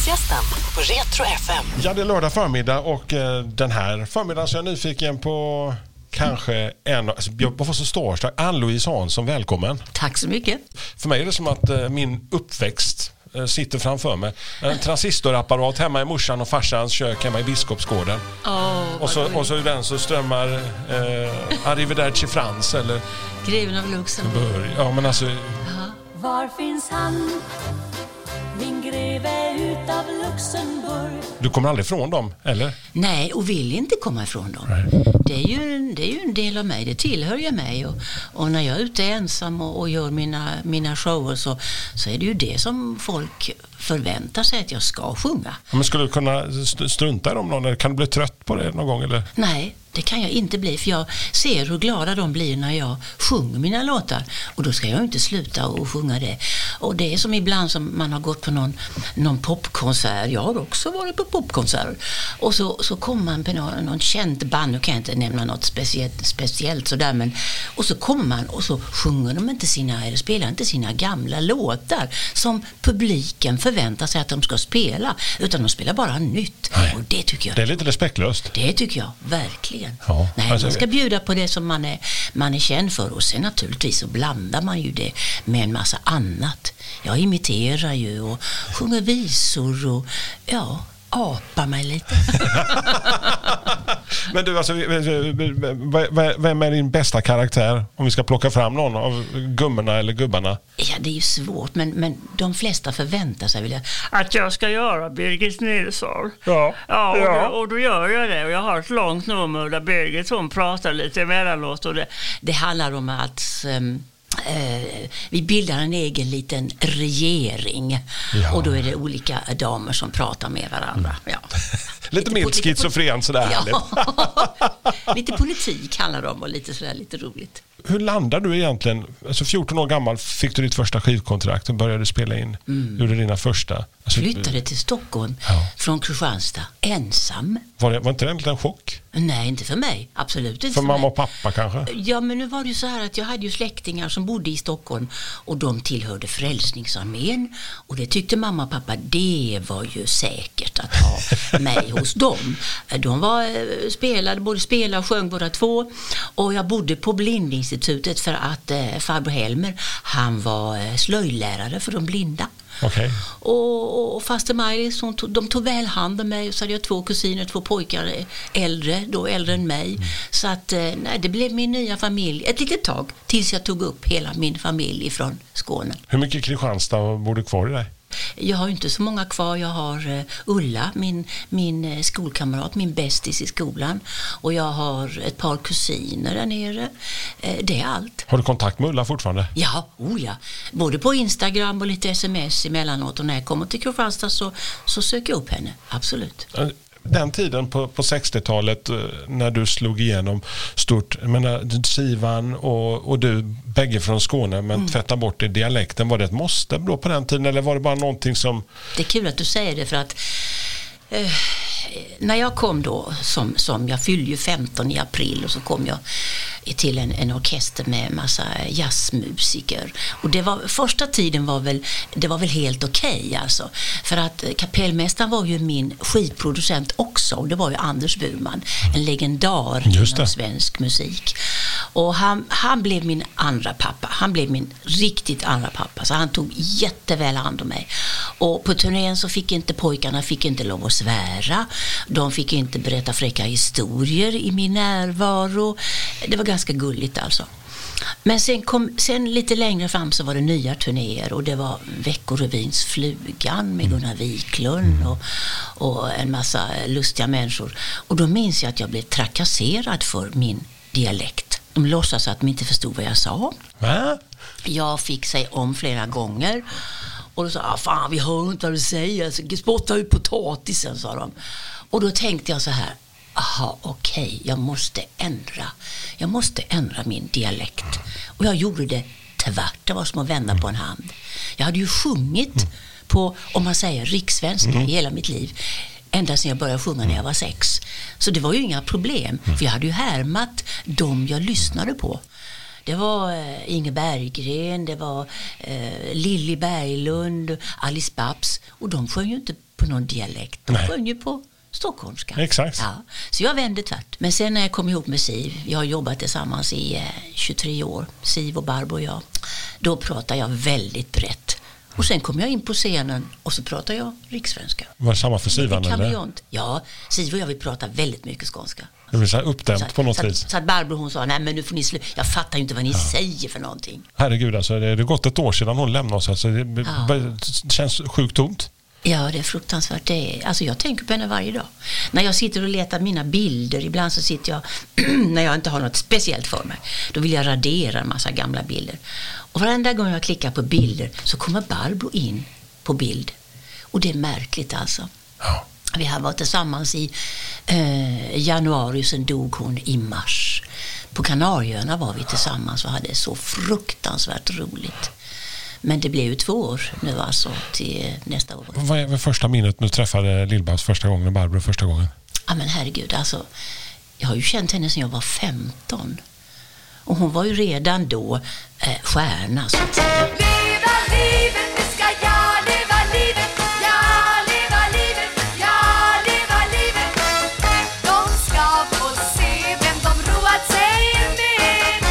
Fredagsgästen på Retro FM. Ja, det är lördag förmiddag och den här förmiddagen så är jag nyfiken på kanske jag var så starstruck. Ann-Louise Hansson, välkommen. Tack så mycket. För mig är det som att min uppväxt sitter framför mig. En transistorapparat hemma i morsan och farsans kök hemma i Biskopsgården. Och så ur den så strömmar Arrivederci Frans eller Greven av Luxemburg. Ja, men alltså... Var finns han? Min greve utav Luxemburg. Du kommer aldrig ifrån dem, eller? Nej, och vill inte komma ifrån dem. Nej. Det är ju en del av mig. Det tillhör ju mig. Och när jag är ute ensam och gör mina shower så är det ju det som folk förväntar sig att jag ska sjunga. Men skulle du kunna strunta i dem någon? Kan du bli trött på det någon gång? Eller? Nej, det kan jag inte bli. För jag ser hur glada de blir när jag sjunger mina låtar. Och då ska jag inte sluta att sjunga det. Och det är som ibland som man har gått på någon popkonsert. Jag har också varit på popkonserter. Och så kommer man på någon känd band. Nu kan jag inte nämna något speciellt sådär. Men, och så kommer man och så sjunger de inte eller spelar inte sina gamla låtar som publiken förväntar sig att de ska spela. Utan de spelar bara nytt. Nej. Och det tycker jag. Det är lite respektlöst. Det tycker jag, verkligen. Ja, Nej, alltså, man ska bjuda på det som man är känd för. Och sen naturligtvis så blandar man ju det med en massa annat. Jag imiterar ju och sjunger visor och apar mig lite. Men du, alltså, vem är din bästa karaktär? Om vi ska plocka fram någon av gummorna eller gubbarna. Ja, det är ju svårt, men de flesta förväntar sig väl att jag ska göra Birgit Nilsson. Ja. Och då gör jag det. Och jag har ett långt nummer där Birgit hon pratar lite emellanåt. Och det handlar om att... vi bildar en egen liten regering. Ja. Och då är det olika damer som pratar med varandra. Ja. Lite milt schizofren sådär härligt. Lite politik handlar det om och lite sådär lite roligt. Hur landar du egentligen? Alltså 14 år gammal fick du ditt första skivkontrakt och började spela in. Gjorde dina första. Alltså, flyttade till Stockholm från Kristianstad ensam. Var inte det en liten chock? Nej, inte för mig. Absolut inte för mamma mig. Och pappa kanske? Ja, men nu var det ju så här att jag hade ju släktingar som bodde i Stockholm och de tillhörde Frälsningsarmén och det tyckte mamma och pappa, det var ju säkert att ha mig hos dem. De både spelade och sjöng båda två och jag bodde på Blindinstitutet för att farbror Helmer, han var slöjlärare för de blinda. Okay. Och faster Maj-Lis, de tog väl hand om mig och så hade jag 2 kusiner, 2 pojkar äldre än mig. Så att det blev min nya familj ett litet tag tills jag tog upp hela min familj från Skåne. Hur mycket Kristianstad bor du kvar i dig? Jag har inte så många kvar. Jag har Ulla, min skolkamrat, min bästis i skolan. Och jag har ett par kusiner där nere. Det är allt. Har du kontakt med Ulla fortfarande? Ja, både på Instagram och lite sms emellanåt. Och när jag kommer till Kristianstad så söker jag upp henne, absolut. Den tiden på 60-talet när du slog igenom stort, jag menar, Sivan och du, bägge från Skåne, men tvätta bort i dialekten, var det ett måste då på den tiden eller var det bara någonting som... Det är kul att du säger det för att när jag kom då som jag fyllde ju 15 i april och så kom jag till en orkester med massa jazzmusiker och det var första tiden var väl helt okej alltså, för att kapellmästaren var ju min skivproducent också och det var ju Anders Burman, en legendar inom svensk musik. Och han blev min andra pappa. Han blev min riktigt andra pappa. Så han tog jätteväl hand om mig. Och på turnén så pojkarna fick inte lov att svära. De fick inte berätta fräcka historier i min närvaro. Det var ganska gulligt alltså. Men sen lite längre fram så var det nya turnéer och det var Veckorevyns Flugan med Gunnar Wiklund och en massa lustiga människor. Och då minns jag att jag blev trakasserad för min dialekt. De låtsas att de inte förstod vad jag sa. Va? Jag fick säga om flera gånger. Och då sa fan vi hör inte vad du säger. Så spotta ut potatisen, sa de. Och då tänkte jag så här. Okej, jag måste ändra min dialekt. Och jag gjorde det tvärt. Det var som att vända på en hand. Jag hade ju sjungit på, om man säger, rikssvenska i hela mitt liv. Ända sedan jag började sjunga när jag var 6. Så det var ju inga problem. För jag hade ju härmat dem jag lyssnade på. Det var Inge Berggren, det var Lilly Berglund, Alice Babs. Och de sjöng ju inte på någon dialekt. De sjöng ju på stockholmska. Exakt. Ja, så jag vände tvärt. Men sen när jag kom ihop med Siv, jag har jobbat tillsammans i 23 år, Siv och Barbro och jag, då pratar jag väldigt brett. Och sen kom jag in på scenen och så pratar jag riksvenska. Var det samma för Siv? Ja, Siv och jag vill prata väldigt mycket skånska. Det blir så här uppdämt på något vis. Så att Barbro hon sa, nej men nu får ni jag fattar ju inte vad ni säger för någonting. Herregud, alltså, det har gått ett år sedan hon lämnade oss. Alltså, det känns sjukt tomt. Ja, det är fruktansvärt. Alltså jag tänker på henne varje dag. När jag sitter och letar mina bilder, ibland så sitter jag, när jag inte har något speciellt för mig, då vill jag radera en massa gamla bilder. Och varenda gång jag klickar på bilder så kommer Barbro in på bild. Och det är märkligt alltså. Ja. Vi har varit tillsammans i januari, sen dog hon i mars. På Kanarieöarna var vi tillsammans och hade så fruktansvärt roligt. Men det blev ju 2 år nu alltså till nästa år. Vad är första minnet du träffade Lill-Babs första gången, Barbro första gången? Ja men herregud, alltså jag har ju känt henne sedan jag var 15. Och hon var ju redan då stjärna så att säga. Leva livet, nu ska jag leva livet. Ja, leva livet, ja, leva livet. De ska få se vem de roat sig med.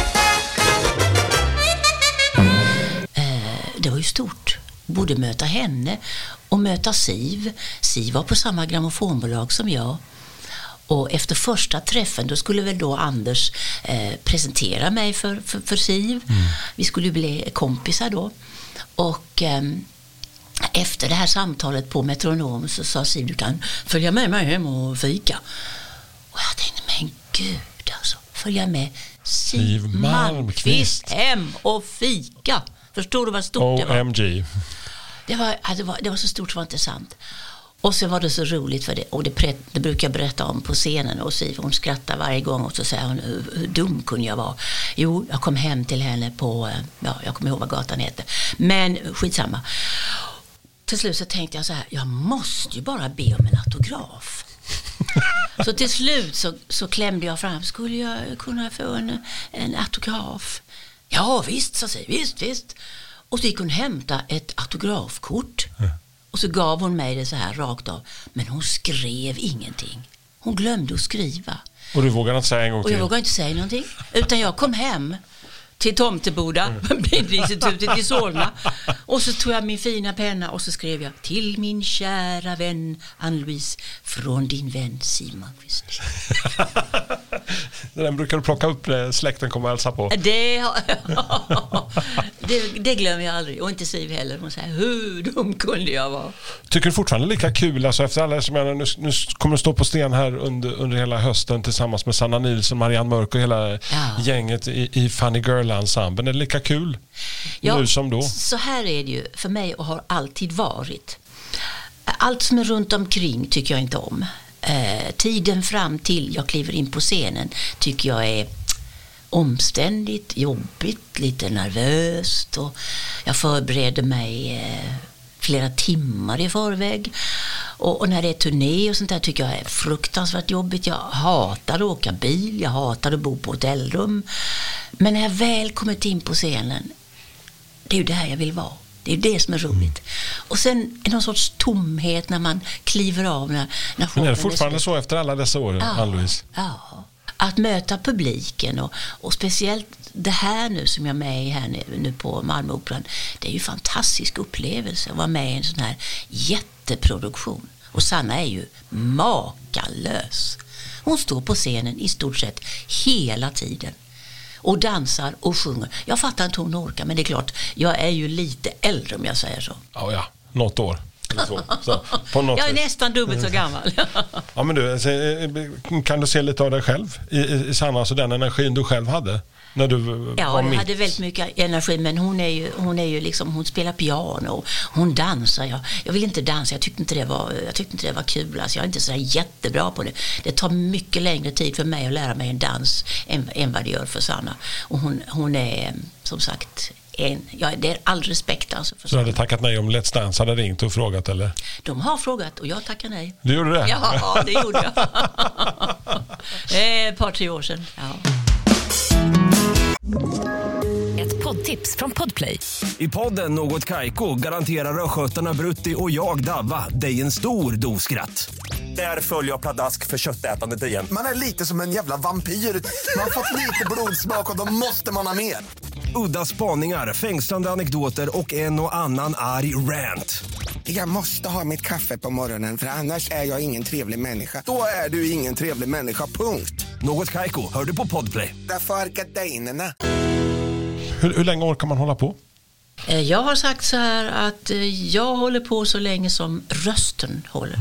Det var ju stort. Både möta henne och möta Siv. Siv var på samma grammofonbolag som jag. Och efter första träffen då skulle väl då Anders presentera mig för Siv. Vi skulle bli kompisar då. Och efter det här samtalet på Metronom så sa Siv, du kan följa med mig hem och fika. Och jag tänkte, men gud alltså, följa med Siv Malmkvist hem och fika. Förstår du vad stort det var? OMG. Det var så stort, det var inte sant. Och så var det så roligt för det. Och det brukar jag berätta om på scenen. Och Siv, hon skrattar varje gång. Och så säger hon, hur dum kunde jag vara? Jo, jag kom hem till henne på, jag kommer ihåg vad gatan heter. Men skitsamma. Till slut så tänkte jag så här, jag måste ju bara be om en autograf. Så till slut så klämde jag fram, skulle jag kunna få en autograf? Ja, visst, sa Siv, visst. Och så gick hon hämta ett autografkort. Och så gav hon mig det så här rakt av. Men hon skrev ingenting. Hon glömde att skriva. Och du vågade inte säga en gång till? Och jag vågade inte säga någonting. Utan jag kom hem till Tomteboda, Blindinstitutet i Solna. Och så tog jag min fina penna och så skrev jag, till min kära vän Ann-Louise, från din vän Siv Malmkvist. Den brukar du plocka upp när släkten kommer att hälsa på. Det glömmer jag aldrig. Och inte Siv heller. Hon säger, hur dum kunde jag vara? Tycker du fortfarande lika kul? Alltså efter alla som jag nu kommer att stå på sten här under hela hösten tillsammans med Sanna Nilsson, Marianne Mörk och hela gänget i Funny Girl-ensemblen. Är det lika kul nu som då? Så här är det ju för mig och har alltid varit. Allt som är runt omkring tycker jag inte om. Tiden fram till jag kliver in på scenen tycker jag är omständigt, jobbigt, lite nervöst och jag förbereder mig flera timmar i förväg och när det är turné och sånt där tycker jag är fruktansvärt jobbigt. Jag hatar att åka bil, jag hatar att bo på hotellrum, men när jag väl kommit in på scenen, det är ju där jag vill vara. Det är det som är roligt. Och sen är någon sorts tomhet när man kliver av. När men är det fortfarande så efter alla dessa år, Ann-Louise? Ja. Att möta publiken och speciellt det här nu som jag är med i här nu på Malmöoperan, det är ju en fantastisk upplevelse att vara med i en sån här jätteproduktion. Och Sanna är ju makalös. Hon står på scenen i stort sett hela tiden. Och dansar och sjunger. Jag fattar inte hon orkar, men det är klart, jag är ju lite äldre om jag säger så. Ja, något år. Så, på något jag är nästan dubbelt så gammal. Ja, men du, kan du se lite av dig själv i Sanna, alltså den energin du själv hade när du var jag hade väldigt mycket energi, men hon är ju liksom, hon spelar piano, hon dansar. Jag vill inte dansa, jag tyckte inte det var kul. Alltså, jag är inte så jättebra på det. Det tar mycket längre tid för mig att lära mig en dans än vad det gör för Sanna. Och hon är som sagt det är all respekt alltså för. Så du hade tackat nej om Let's Dance hade ringt och frågat eller? De har frågat och jag tackar nej. Du gjorde det? Ja, det gjorde jag. Ett par 3 år sedan. Ja. Ett poddtips från Podplay. I podden Något Kaiko garanterar röskötarna Brutti och jag Davva dig en stor doskratt. Där följer jag pladask för köttätandet igen. Man är lite som en jävla vampyr. Man har fått lite blodsmak och då måste man ha mer. Udda spaningar, fängslande anekdoter och en och annan arg rant. Jag måste ha mitt kaffe på morgonen för annars är jag ingen trevlig människa. Då är du ingen trevlig människa, punkt. Något Kaiko, hör du på Podplay. Därför är gardinerna. Hur länge orkar man hålla på? Jag har sagt så här att jag håller på så länge som rösten håller.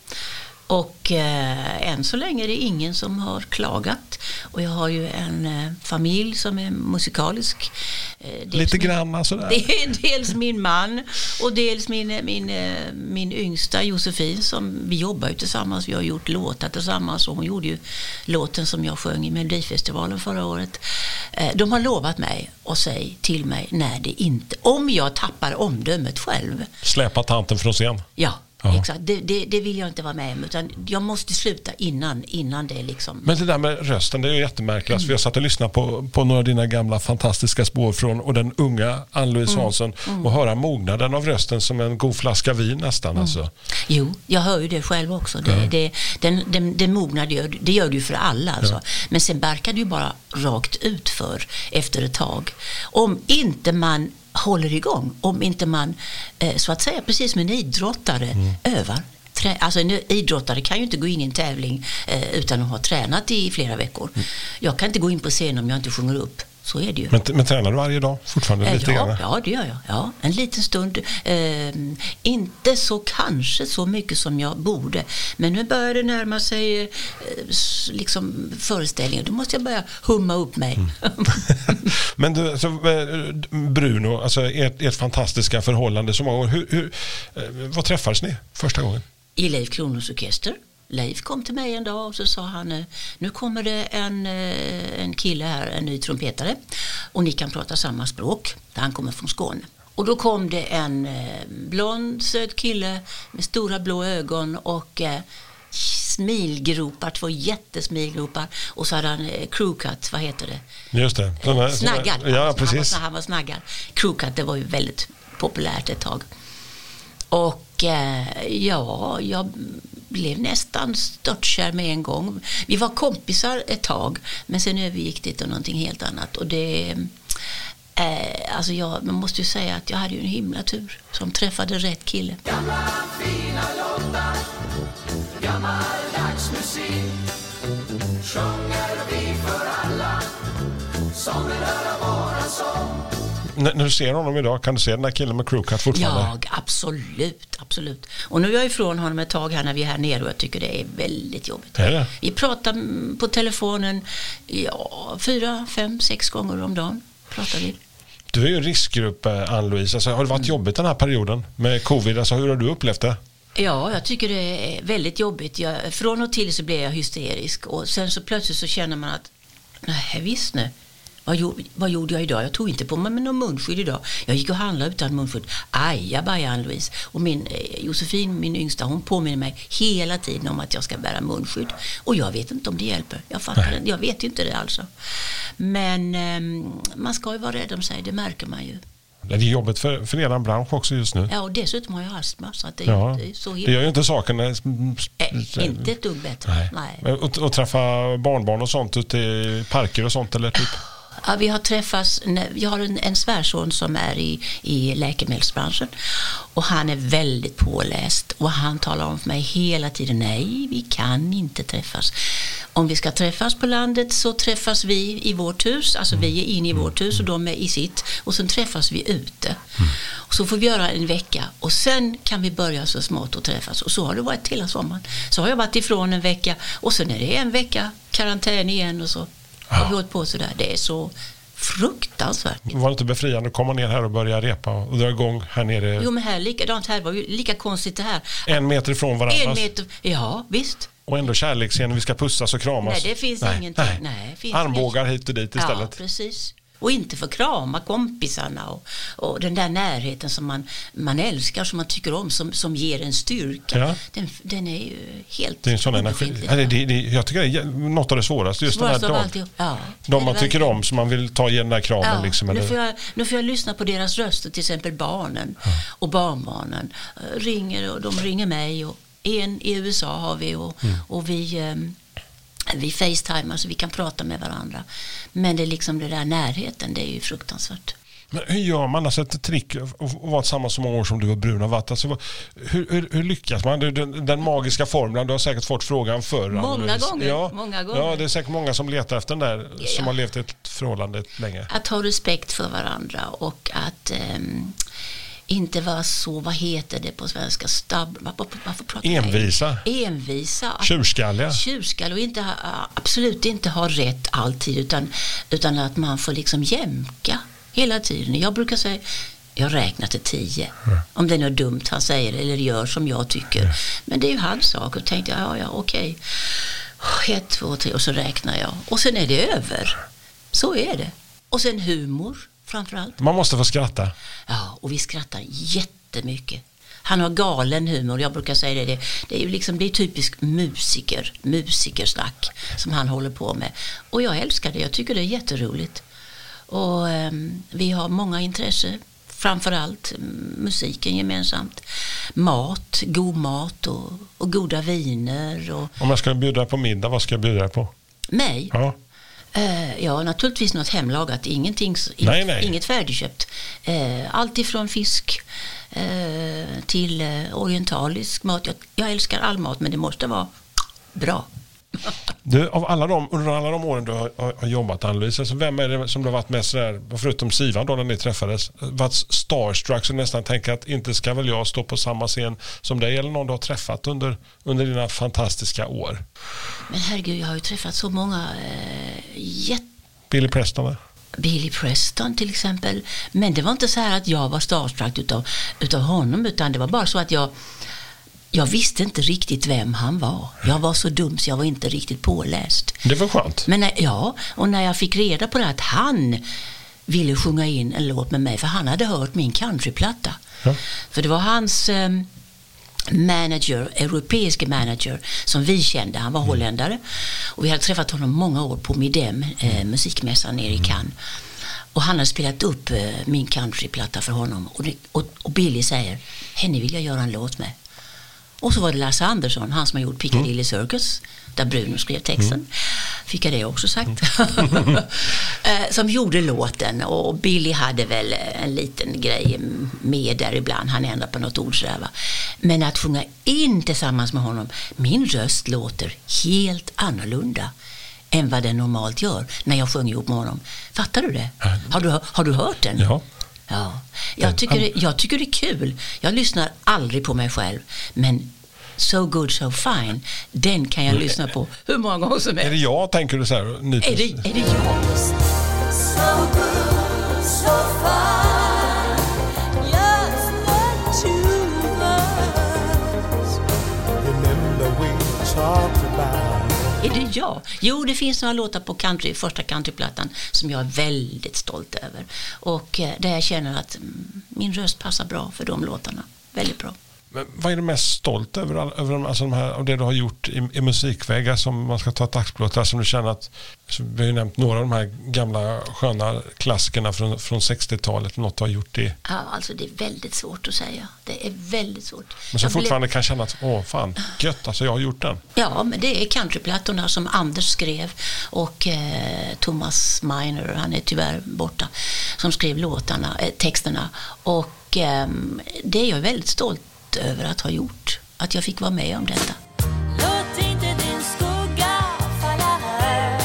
Och än så länge är det ingen som har klagat. Och jag har ju en familj som är musikalisk. Lite grann sådär. Det är dels min man och dels min yngsta Josefin som vi jobbar ju tillsammans. Vi har gjort låtar tillsammans och hon gjorde ju låten som jag sjöng i Melodifestivalen förra året. De har lovat mig och säger till mig när det inte, om jag tappar omdömet själv. Släppa tanten från scen. Ja. Ja. Exakt, det vill jag inte vara med om utan jag måste sluta innan det liksom. Men det där med rösten, det är ju jättemärkligt. Vi har satt och lyssnat på några av dina gamla fantastiska spår från och den unga Ann-Louise Hansson och höra mognaden av rösten som en god flaska vin nästan. Alltså. Jo, jag hör ju det själv också. Den mognad det gör det ju för alla alltså. Men sen barkar det ju bara rakt ut för efter ett tag. Om inte man håller igång, om inte man så att säga precis som en idrottare övar. Alltså en idrottare kan ju inte gå in i en tävling utan att ha tränat i flera veckor. Jag kan inte gå in på scen om jag inte sjunger upp. Så är det ju. Men tränar du varje dag fortfarande lite grann? Ja, det gör jag. Ja, en liten stund. Inte så kanske så mycket som jag borde. Men nu börjar det närma sig liksom föreställningen. Då måste jag börja humma upp mig. Men du, alltså, Bruno, alltså ert fantastiska förhållande så många år. Vad träffades ni första gången? I Leif Kronos orkester. Leif kom till mig en dag och så sa han nu kommer det en kille här, en ny trumpetare och ni kan prata samma språk. Han kommer från Skåne. Och då kom det en blond söt kille med stora blå ögon och smilgropar, 2 jättesmilgropar och så hade han crewcut, vad heter det? Just det. Snaggad. Ja, precis. Han var snaggad. Crewcut, det var ju väldigt populärt ett tag. Och jag blev nästan störtkär med en gång. Vi var kompisar ett tag, men sen övergick det till någonting helt annat. Och det, alltså man måste ju säga att jag hade ju en himla tur som träffade rätt kille. Gamla fina låtar, gammaldags musik, sjunger vi för alla som vill höra våran sång. När du ser honom idag, kan du se den där killen med crewcut fortfarande? Ja, absolut. Och nu är jag ifrån honom ett tag här när vi är här nere och jag tycker det är väldigt jobbigt. Är det? Vi pratar på telefonen 4, 5, 6 gånger om dagen. Pratar vi. Du är ju en riskgrupp, Ann-Louise. Alltså, har det varit jobbigt den här perioden med covid? Alltså, hur har du upplevt det? Ja, jag tycker det är väldigt jobbigt. Från och till så blir jag hysterisk och sen så plötsligt så känner man att nej, visst nu. Vad gjorde jag idag? Jag tog inte på mig med någon munskydd idag. Jag gick och handlade utan munskydd. Ajabaja, Ann-Louise. Och Josefin, min yngsta, hon påminner mig hela tiden om att jag ska bära munskydd. Och jag vet inte om det hjälper. Jag vet inte det alltså. Men man ska ju vara rädd om sig, det märker man ju. Det är jobbigt för er bransch också just nu. Ja, och dessutom har jag astma. Så att det är så det gör ju inte saken. Inte ett dugg bättre. Nej. Och träffa barnbarn och sånt ute i parker och sånt eller typ? Ja, vi har träffats, vi har en svärson som är i läkemedelsbranschen och han är väldigt påläst och han talar om för mig hela tiden, nej, vi kan inte träffas. Om vi ska träffas på landet så träffas vi i vårt hus, alltså vi är inne i vårt hus och de är i sitt och sen träffas vi ute. Och så får vi göra en vecka och sen kan vi börja så smått att träffas och så har det varit hela sommaren. Så har jag varit ifrån en vecka och sen är det en vecka karantän igen och så. Har vi hållit på sådär. Det är så fruktansvärt. Var det inte befriande att komma ner här och börja repa och dra igång här nere? Jo, men här likadant. Här var ju lika konstigt det här. 1 meter ifrån varandra. 1 meter, ja, visst. Och ändå kärleksscen, vi ska pussas och kramas. Nej, det finns ingenting. Nej, finns armbågar hit och dit istället. Ja, precis. Och inte få krama kompisarna och den där närheten som man älskar, som man tycker om, som ger en styrka. Ja. Den är ju helt... Det är en sån energi. Jag tycker det är något av det svåraste. Just de man tycker om, som man vill ta i den där kramen. Ja. Liksom, Nu får jag lyssna på deras röster, till exempel barnen och barnbarnen. De ringer mig, och en i USA har vi, och vi FaceTime, så vi kan prata med varandra. Men det är liksom det där närheten, det är ju fruktansvärt. Men hur gör man? Alltså ett trick att vara tillsammans så många år som du och Bruna varit. Alltså, hur lyckas man? Den magiska formeln, du har säkert fått frågan förr. Många gånger. Ja, det är säkert många som letar efter den där, som har levt i ett förhållande länge. Att ha respekt för varandra och att... inte vara så, vad heter det på svenska, envisa, tjurskalliga och absolut inte ha rätt alltid, utan att man får liksom jämka hela tiden. Jag brukar säga, jag räknar till 10 om det är något dumt han säger eller gör som jag tycker, men det är ju hans sak, och tänkte jag, okej, 1, 2, 3, och så räknar jag, och sen är det över. Så är det. Och sen humor framförallt. Man måste få skratta. Ja, och vi skrattar jättemycket. Han har galen humor. Jag brukar säga det är ju liksom, det är typisk musikersnack som han håller på med. Och jag älskar det. Jag tycker det är jätteroligt. Och vi har många intressen. Framförallt musiken gemensamt. Mat, god mat och goda viner. Om jag ska bjuda på middag, vad ska jag bjuda på? Mig? Ja. Ja, naturligtvis något hemlagat. Inget färdigköpt. Allt ifrån fisk till orientalisk mat. Jag älskar all mat, men det måste vara bra. Du, under alla de åren du har jobbat, Ann-Louise, alltså vem är det som du har varit med sådär, förutom Sivan då när ni träffades, varit starstruck, så nästan tänker att inte ska väl jag stå på samma scen som dig, eller någon du har träffat under dina fantastiska år? Men herregud, jag har ju träffat så många Billy Preston till exempel. Men det var inte så här att jag var starstruck utav honom, utan det var bara så att jag visste inte riktigt vem han var. Jag var så dum så jag var inte riktigt påläst. Det var skönt. Men och när jag fick reda på det, att han ville sjunga in en låt med mig, för han hade hört min countryplatta. Ja. För det var hans europeiska manager som vi kände. Han var holländare. Och vi hade träffat honom många år på Midem, musikmässan nere i Cannes. Och han hade spelat upp min countryplatta för honom. Och Billy säger, henne vill jag göra en låt med. Och så var det Lasse Andersson, han som har gjort Piccadilly Circus, där Bruno skrev texten. Fick jag det också sagt. Som gjorde låten. Och Billy hade väl en liten grej med där ibland. Han ändrade på något ord sådär, va? Men att sjunga in tillsammans med honom, min röst låter helt annorlunda än vad den normalt gör när jag sjunger ihop med honom. Fattar du det? Har du hört den? Ja. Ja, jag tycker det är kul. Jag lyssnar aldrig på mig själv, men So Good So Fine, den kan jag lyssna på hur många gånger som helst. Är det jag, tänker du så här? Är det jag? So good, so fine, just the two of us. Remember we talked about. Är det jag? Jo, det finns några låtar på första countryplattan som jag är väldigt stolt över. Och där jag känner att min röst passar bra för de låtarna. Väldigt bra. Men vad är du mest stolt över alltså de här, av det du har gjort i musikvägar, som man ska ta ett axplock där, som du känner att, vi har ju nämnt några av de här gamla sköna klassikerna från 60-talet, något du har gjort i? Ja, alltså det är väldigt svårt att säga. Det är väldigt svårt. Men så fortfarande kan känna att, fan, gött, alltså jag har gjort den. Ja, men det är countryplattorna som Anders skrev och Thomas Miner, han är tyvärr borta, som skrev texterna. Och det är jag väldigt stolt över att ha gjort, att jag fick vara med om detta. Låt inte din skugga falla här.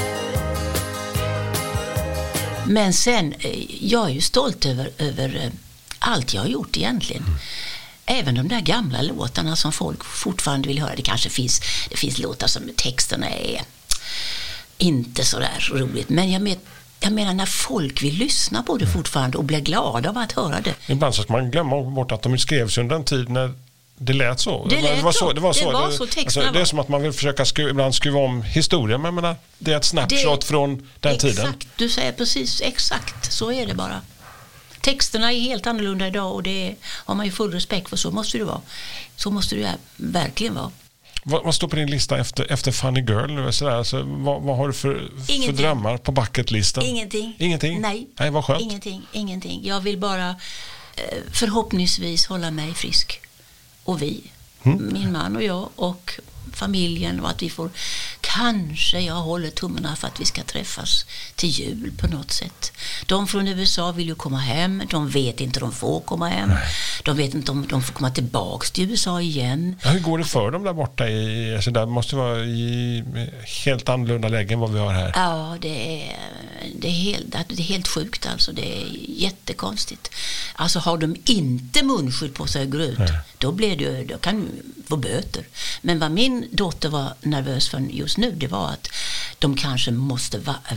Men sen, jag är ju stolt över allt jag har gjort egentligen. Även de där gamla låtarna som folk fortfarande vill höra. Det finns låtar som texterna är inte så där roligt, men jag menar när folk vill lyssna på det fortfarande och blir glada av att höra det. Ibland så ska man glömma bort att de skrevs under en tid när Det lät så. Det var så texterna alltså, det är som att man vill försöka ibland skruva om historien, men jag menar, det är ett snapshot från den tiden. Exakt, du säger precis exakt, så är det bara. Texterna är helt annorlunda idag och det har man ju full respekt för, så måste det vara. Så måste det verkligen vara. Vad står på din lista efter Funny Girl? Sådär, alltså, vad har du för drömmar på bucketlisten? Ingenting. Nej, vad skönt. Ingenting. Jag vill bara förhoppningsvis hålla mig frisk. Och min man och jag och familjen, och att vi får, kanske jag håller tummarna för att vi ska träffas till jul på något sätt. De från USA vill ju komma hem, de vet inte om de får komma hem. Nej. De vet inte om de får komma tillbaks till USA igen. Ja, hur går det för dem där borta? Alltså där måste vara i helt annorlunda lägen vad vi har här. Ja, det är helt sjukt alltså. Det är jättekonstigt. Alltså har de inte munskydd på sig och går ut, då kan du få böter. Men vad min dotter var nervös för just nu, det var att de kanske måste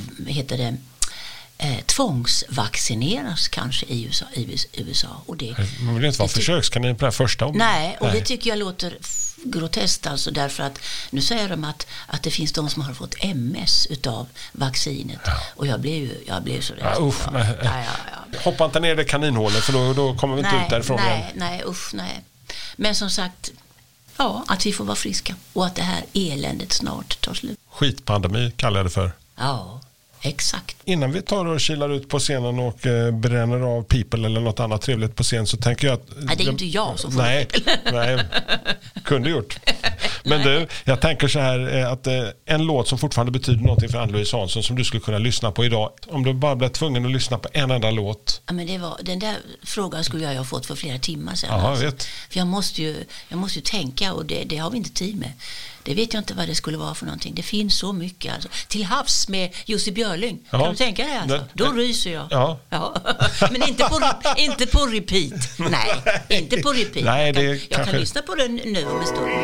tvångsvaccineras kanske i USA. Och det, man vill inte vara försökskanin på det första. Nej, och det tycker jag låter groteskt alltså, därför att nu säger de att det finns de som har fått MS utav vaccinet. Ja. Och jag blev så rädd. Hoppa inte ner det kaninhålet, för då kommer vi inte ut därifrån igen. Nej. Men som sagt, att vi får vara friska och att det här eländet snart tar slut. Skitpandemi kallar jag det för. Ja, exakt. Innan vi tar och kilar ut på scenen och bränner av people eller något annat trevligt på scen, så tänker jag att... Nej, det är ju inte jag som får Nej, kunde gjort. Men du, jag tänker så här att en låt som fortfarande betyder någonting för Ann-Louise Hansson som du skulle kunna lyssna på idag, om du bara blev tvungen att lyssna på en enda låt. Ja, men den där frågan skulle jag ha fått för flera timmar sedan. Ja, jag vet. För jag måste ju tänka, och det har vi inte tid med. Det vet jag inte vad det skulle vara för någonting. Det finns så mycket. Alltså. Till havs med Jussi Björling. Ja. Kan du tänka dig alltså? Då ryser jag. Ja. Men inte på repeat. Nej, inte på repeat. Nej, jag kan lyssna på den nu om en stund.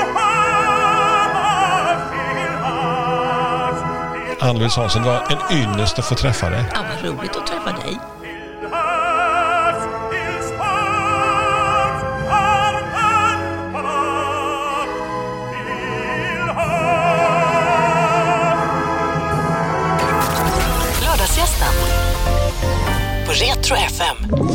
Ann-Louise Hansson, var en ynnest att få träffa dig. Ja, vad roligt att träffa dig. Lördagsgästen på Retro FM.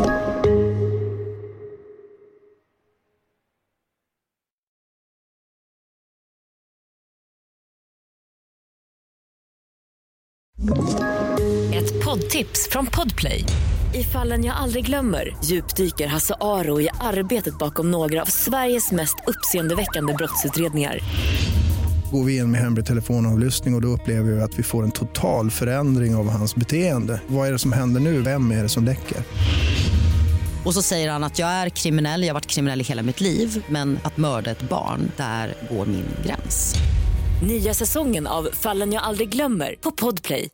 Ett poddtips från Podplay. I Fallen jag aldrig glömmer djupdyker Hasse Aro i arbetet bakom några av Sveriges mest uppseendeväckande brottsutredningar. Går vi in med hemlig telefonavlyssning och då upplever vi att vi får en total förändring av hans beteende. Vad är det som händer nu? Vem är det som läcker? Och så säger han att jag är kriminell, jag har varit kriminell i hela mitt liv, men att mörda ett barn, där går min gräns. Nya säsongen av Fallen jag aldrig glömmer på Podplay.